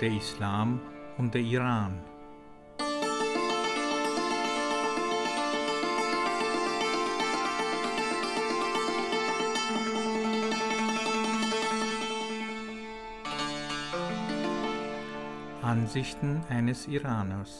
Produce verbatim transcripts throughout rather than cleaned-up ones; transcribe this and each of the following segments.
der Islam und der Iran. Ansichten eines Iraners.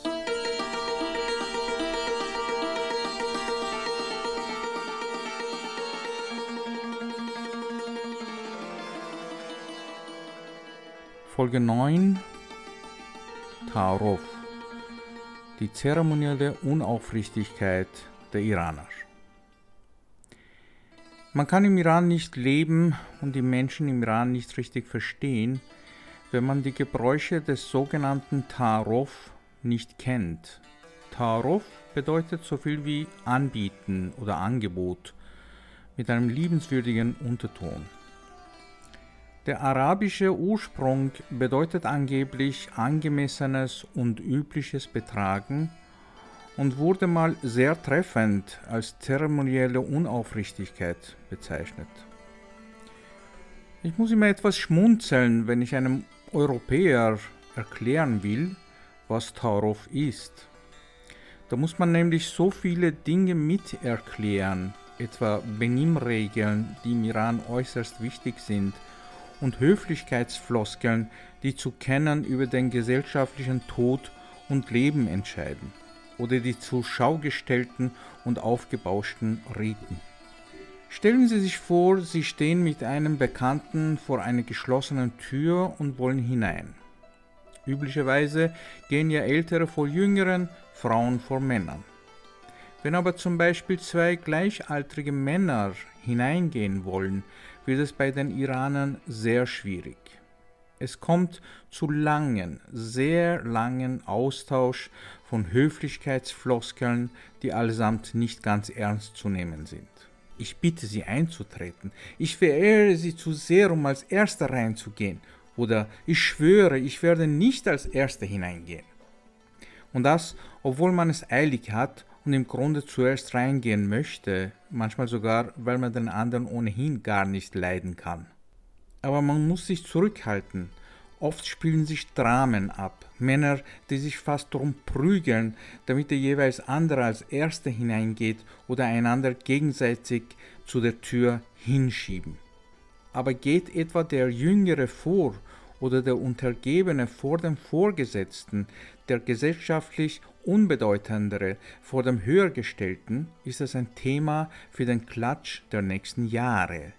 Folge neun: Ta'aruf, die zeremonielle Unaufrichtigkeit der Iraner. Man kann im Iran nicht leben und die Menschen im Iran nicht richtig verstehen, wenn man die Gebräuche des sogenannten Ta'aruf nicht kennt. Ta'aruf bedeutet so viel wie anbieten oder Angebot mit einem liebenswürdigen Unterton. Der arabische Ursprung bedeutet angeblich angemessenes und übliches Betragen und wurde mal sehr treffend als zeremonielle Unaufrichtigkeit bezeichnet. Ich muss immer etwas schmunzeln, wenn ich einem Europäer erklären will, was Ta'aruf ist. Da muss man nämlich so viele Dinge mit erklären, etwa Benimmregeln, die im Iran äußerst wichtig sind, und Höflichkeitsfloskeln, die zu kennen über den gesellschaftlichen Tod und Leben entscheiden, oder die zur Schau gestellten und aufgebauschten Riten. Stellen Sie sich vor, Sie stehen mit einem Bekannten vor einer geschlossenen Tür und wollen hinein. Üblicherweise gehen ja Ältere vor Jüngeren, Frauen vor Männern. Wenn aber zum Beispiel zwei gleichaltrige Männer hineingehen wollen, wird es bei den Iranern sehr schwierig. Es kommt zu langen, sehr langen Austausch von Höflichkeitsfloskeln, die allesamt nicht ganz ernst zu nehmen sind. Ich bitte Sie einzutreten. Ich verehre Sie zu sehr, um als Erster reinzugehen. Oder ich schwöre, ich werde nicht als Erster hineingehen. Und das, obwohl man es eilig hat und im Grunde zuerst reingehen möchte, manchmal sogar, weil man den anderen ohnehin gar nicht leiden kann. Aber man muss sich zurückhalten. Oft spielen sich Dramen ab, Männer, die sich fast darum prügeln, damit der jeweils andere als Erster hineingeht oder einander gegenseitig zu der Tür hinschieben. Aber geht etwa der Jüngere vor oder der Untergebene vor dem Vorgesetzten, der gesellschaftlich Unbedeutendere vor dem Höhergestellten, ist das ein Thema für den Klatsch der nächsten Jahre.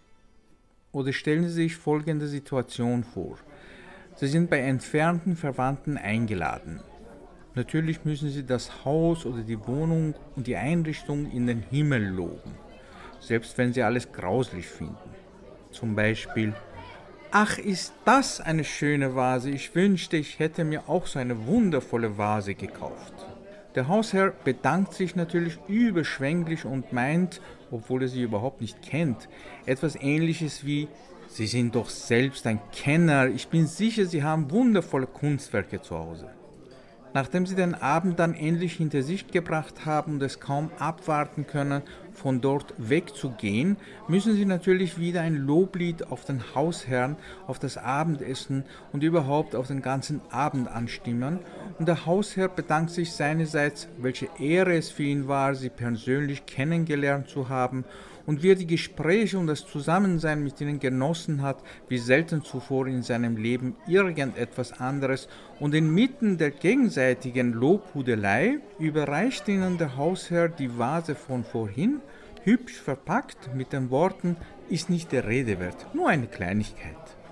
Oder stellen Sie sich folgende Situation vor. Sie sind bei entfernten Verwandten eingeladen. Natürlich müssen Sie das Haus oder die Wohnung und die Einrichtung in den Himmel loben, selbst wenn Sie alles grauslich finden. Zum Beispiel: Ach, ist das eine schöne Vase, ich wünschte, ich hätte mir auch so eine wundervolle Vase gekauft. Der Hausherr bedankt sich natürlich überschwänglich und meint, obwohl er sie überhaupt nicht kennt, etwas Ähnliches wie: Sie sind doch selbst ein Kenner, ich bin sicher, Sie haben wundervolle Kunstwerke zu Hause. Nachdem Sie den Abend dann endlich hinter sich gebracht haben und es kaum abwarten können, von dort wegzugehen, müssen Sie natürlich wieder ein Loblied auf den Hausherrn, auf das Abendessen und überhaupt auf den ganzen Abend anstimmen, und der Hausherr bedankt sich seinerseits, welche Ehre es für ihn war, Sie persönlich kennengelernt zu haben, und wie er die Gespräche und das Zusammensein mit ihnen genossen hat, wie selten zuvor in seinem Leben irgendetwas anderes, und inmitten der gegenseitigen Lobhudelei überreicht ihnen der Hausherr die Vase von vorhin, hübsch verpackt mit den Worten: Ist nicht der Rede wert, nur eine Kleinigkeit.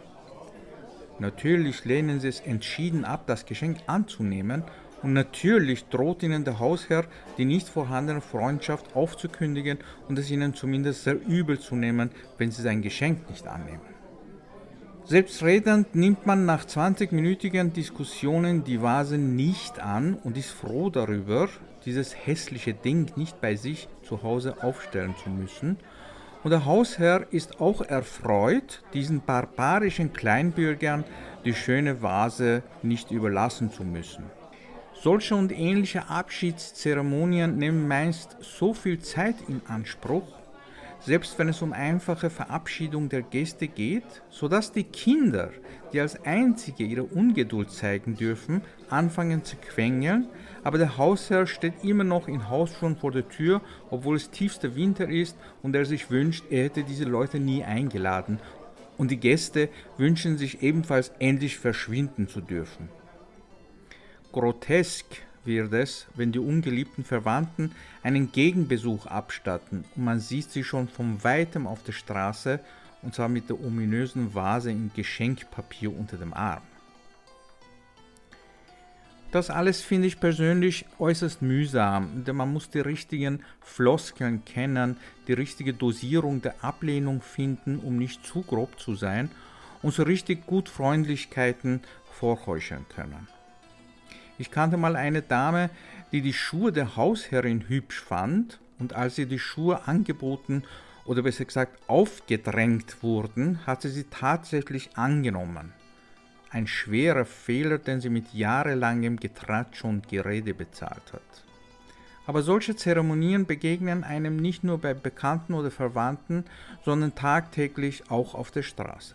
Natürlich lehnen sie es entschieden ab, das Geschenk anzunehmen, und natürlich droht ihnen der Hausherr, die nicht vorhandene Freundschaft aufzukündigen und es ihnen zumindest sehr übel zu nehmen, wenn sie sein Geschenk nicht annehmen. Selbstredend nimmt man nach zwanzigminütigen Diskussionen die Vase nicht an und ist froh darüber, dieses hässliche Ding nicht bei sich zu Hause aufstellen zu müssen. Und der Hausherr ist auch erfreut, diesen barbarischen Kleinbürgern die schöne Vase nicht überlassen zu müssen. Solche und ähnliche Abschiedszeremonien nehmen meist so viel Zeit in Anspruch, selbst wenn es um einfache Verabschiedung der Gäste geht, sodass die Kinder, die als einzige ihre Ungeduld zeigen dürfen, anfangen zu quengeln, aber der Hausherr steht immer noch in Hausschuhen vor der Tür, obwohl es tiefster Winter ist und er sich wünscht, er hätte diese Leute nie eingeladen, und die Gäste wünschen sich ebenfalls endlich verschwinden zu dürfen. Grotesk wird es, wenn die ungeliebten Verwandten einen Gegenbesuch abstatten und man sieht sie schon von weitem auf der Straße, und zwar mit der ominösen Vase in Geschenkpapier unter dem Arm. Das alles finde ich persönlich äußerst mühsam, denn man muss die richtigen Floskeln kennen, die richtige Dosierung der Ablehnung finden, um nicht zu grob zu sein und so richtig gut Freundlichkeiten vorheucheln können. Ich kannte mal eine Dame, die die Schuhe der Hausherrin hübsch fand, und als ihr die Schuhe angeboten oder besser gesagt aufgedrängt wurden, hat sie sie tatsächlich angenommen. Ein schwerer Fehler, den sie mit jahrelangem Getratsch und Gerede bezahlt hat. Aber solche Zeremonien begegnen einem nicht nur bei Bekannten oder Verwandten, sondern tagtäglich auch auf der Straße.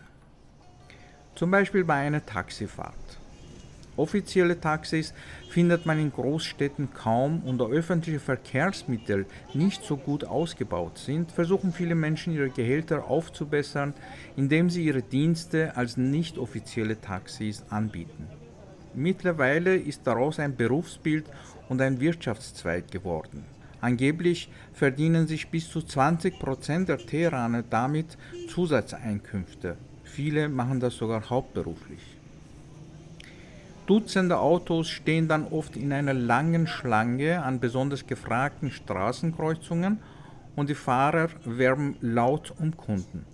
Zum Beispiel bei einer Taxifahrt. Offizielle Taxis findet man in Großstädten kaum, und da öffentliche Verkehrsmittel nicht so gut ausgebaut sind, versuchen viele Menschen ihre Gehälter aufzubessern, indem sie ihre Dienste als nicht offizielle Taxis anbieten. Mittlerweile ist daraus ein Berufsbild und ein Wirtschaftszweig geworden. Angeblich verdienen sich bis zu zwanzig Prozent der Teheraner damit Zusatzeinkünfte. Viele machen das sogar hauptberuflich. Dutzende Autos stehen dann oft in einer langen Schlange an besonders gefragten Straßenkreuzungen und die Fahrer werben laut um Kunden.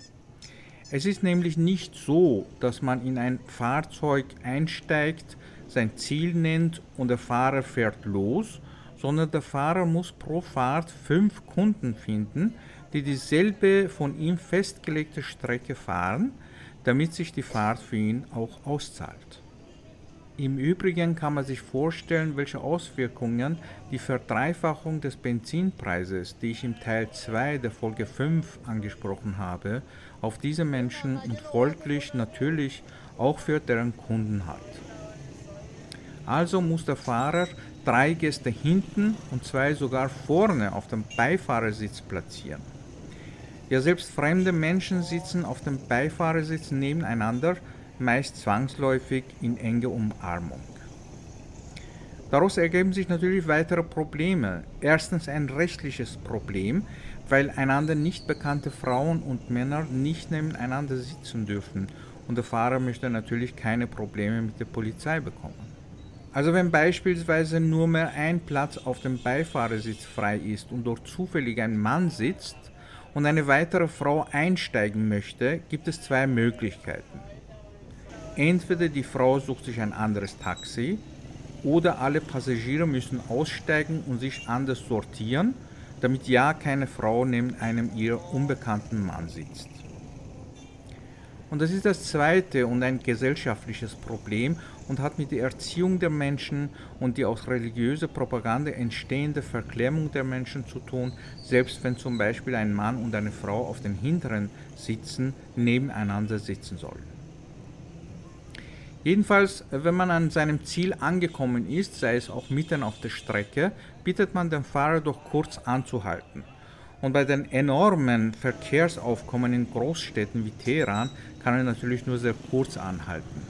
Es ist nämlich nicht so, dass man in ein Fahrzeug einsteigt, sein Ziel nennt und der Fahrer fährt los, sondern der Fahrer muss pro Fahrt fünf Kunden finden, die dieselbe von ihm festgelegte Strecke fahren, damit sich die Fahrt für ihn auch auszahlt. Im Übrigen kann man sich vorstellen, welche Auswirkungen die Verdreifachung des Benzinpreises, die ich im Teil zwei der Folge fünf angesprochen habe, auf diese Menschen und folglich natürlich auch für deren Kunden hat. Also muss der Fahrer drei Gäste hinten und zwei sogar vorne auf dem Beifahrersitz platzieren. Ja, selbst fremde Menschen sitzen auf dem Beifahrersitz nebeneinander, meist zwangsläufig in enge Umarmung. Daraus ergeben sich natürlich weitere Probleme. Erstens ein rechtliches Problem, weil einander nicht bekannte Frauen und Männer nicht nebeneinander sitzen dürfen und der Fahrer möchte natürlich keine Probleme mit der Polizei bekommen. Also wenn beispielsweise nur mehr ein Platz auf dem Beifahrersitz frei ist und dort zufällig ein Mann sitzt und eine weitere Frau einsteigen möchte, gibt es zwei Möglichkeiten. Entweder die Frau sucht sich ein anderes Taxi oder alle Passagiere müssen aussteigen und sich anders sortieren, damit ja keine Frau neben einem ihr unbekannten Mann sitzt. Und das ist das zweite und ein gesellschaftliches Problem und hat mit der Erziehung der Menschen und die aus religiöser Propaganda entstehende Verklemmung der Menschen zu tun, selbst wenn zum Beispiel ein Mann und eine Frau auf den hinteren Sitzen nebeneinander sitzen sollen. Jedenfalls, wenn man an seinem Ziel angekommen ist, sei es auch mitten auf der Strecke, bittet man den Fahrer doch kurz anzuhalten. Und bei den enormen Verkehrsaufkommen in Großstädten wie Teheran kann er natürlich nur sehr kurz anhalten.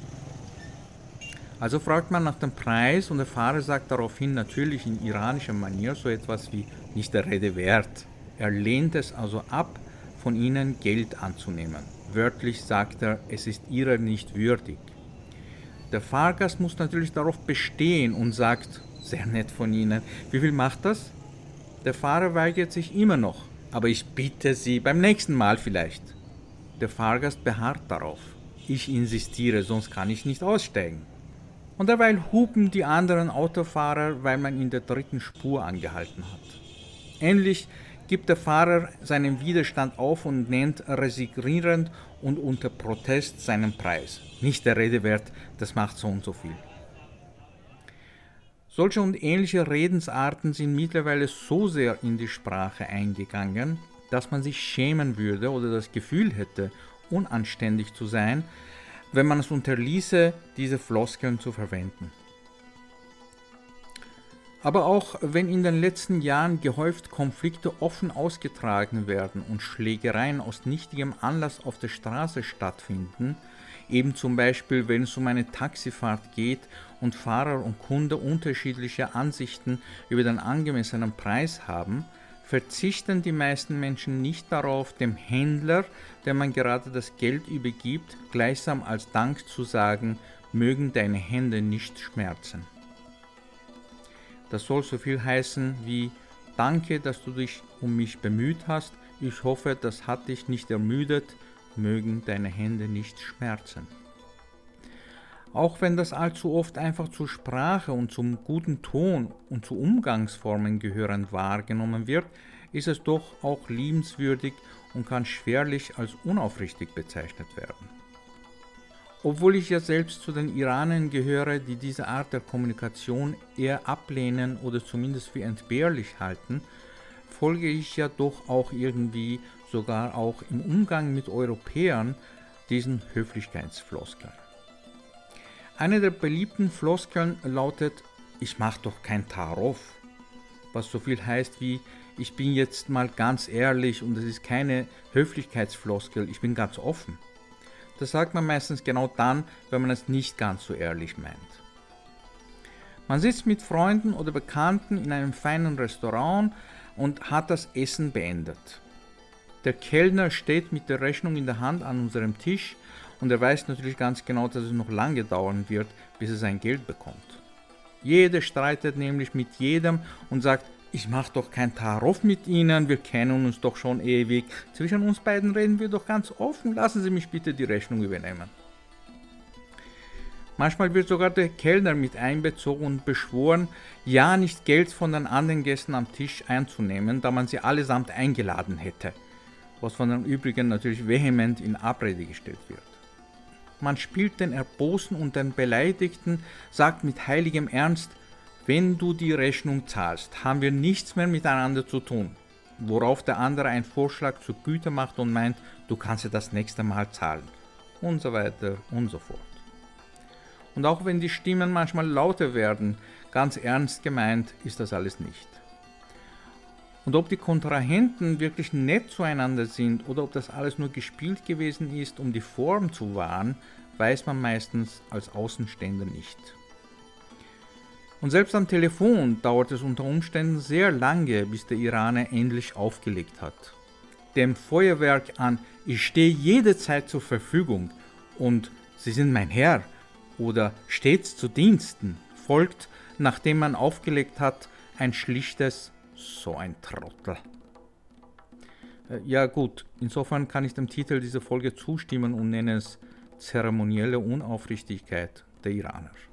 Also fragt man nach dem Preis und der Fahrer sagt daraufhin natürlich in iranischer Manier so etwas wie nicht der Rede wert. Er lehnt es also ab, von ihnen Geld anzunehmen. Wörtlich sagt er, es ist ihrer nicht würdig. Der Fahrgast muss natürlich darauf bestehen und sagt, sehr nett von Ihnen, wie viel macht das? Der Fahrer weigert sich immer noch, aber ich bitte Sie, beim nächsten Mal vielleicht. Der Fahrgast beharrt darauf. Ich insistiere, sonst kann ich nicht aussteigen. Und derweil hupen die anderen Autofahrer, weil man in der dritten Spur angehalten hat. Endlich gibt der Fahrer seinen Widerstand auf und nennt resignierend und unter Protest seinen Preis. Nicht der Rede wert, das macht so und so viel. Solche und ähnliche Redensarten sind mittlerweile so sehr in die Sprache eingegangen, dass man sich schämen würde oder das Gefühl hätte, unanständig zu sein, wenn man es unterließe, diese Floskeln zu verwenden. Aber auch wenn in den letzten Jahren gehäuft Konflikte offen ausgetragen werden und Schlägereien aus nichtigem Anlass auf der Straße stattfinden, eben zum Beispiel wenn es um eine Taxifahrt geht und Fahrer und Kunde unterschiedliche Ansichten über den angemessenen Preis haben, verzichten die meisten Menschen nicht darauf, dem Händler, dem man gerade das Geld übergibt, gleichsam als Dank zu sagen, mögen deine Hände nicht schmerzen. Das soll so viel heißen wie, danke, dass du dich um mich bemüht hast, ich hoffe, das hat dich nicht ermüdet, mögen deine Hände nicht schmerzen. Auch wenn das allzu oft einfach zur Sprache und zum guten Ton und zu Umgangsformen gehörend wahrgenommen wird, ist es doch auch liebenswürdig und kann schwerlich als unaufrichtig bezeichnet werden. Obwohl ich ja selbst zu den Iranern gehöre, die diese Art der Kommunikation eher ablehnen oder zumindest für entbehrlich halten, folge ich ja doch auch irgendwie, sogar auch im Umgang mit Europäern, diesen Höflichkeitsfloskeln. Eine der beliebten Floskeln lautet, ich mach doch kein Tarof, was so viel heißt wie, ich bin jetzt mal ganz ehrlich und es ist keine Höflichkeitsfloskel, ich bin ganz offen. Das sagt man meistens genau dann, wenn man es nicht ganz so ehrlich meint. Man sitzt mit Freunden oder Bekannten in einem feinen Restaurant und hat das Essen beendet. Der Kellner steht mit der Rechnung in der Hand an unserem Tisch und er weiß natürlich ganz genau, dass es noch lange dauern wird, bis er sein Geld bekommt. Jeder streitet nämlich mit jedem und sagt, ich mach doch kein Tarof mit Ihnen, wir kennen uns doch schon ewig. Zwischen uns beiden reden wir doch ganz offen, lassen Sie mich bitte die Rechnung übernehmen. Manchmal wird sogar der Kellner mit einbezogen und beschworen, ja nicht Geld von den anderen Gästen am Tisch einzunehmen, da man sie allesamt eingeladen hätte, was von den übrigen natürlich vehement in Abrede gestellt wird. Man spielt den Erbosten und den Beleidigten, sagt mit heiligem Ernst, wenn du die Rechnung zahlst, haben wir nichts mehr miteinander zu tun, worauf der andere einen Vorschlag zur Güte macht und meint, du kannst ja das nächste Mal zahlen und so weiter und so fort. Und auch wenn die Stimmen manchmal lauter werden, ganz ernst gemeint ist das alles nicht. Und ob die Kontrahenten wirklich nett zueinander sind oder ob das alles nur gespielt gewesen ist, um die Form zu wahren, weiß man meistens als Außenstehender nicht. Und selbst am Telefon dauert es unter Umständen sehr lange, bis der Iraner endlich aufgelegt hat. Dem Feuerwerk an „Ich stehe jederzeit zur Verfügung“ und „Sie sind mein Herr“ oder „stets zu Diensten“ folgt, nachdem man aufgelegt hat, ein schlichtes „So ein Trottel“. Ja gut, insofern kann ich dem Titel dieser Folge zustimmen und nenne es zeremonielle Unaufrichtigkeit der Iraner.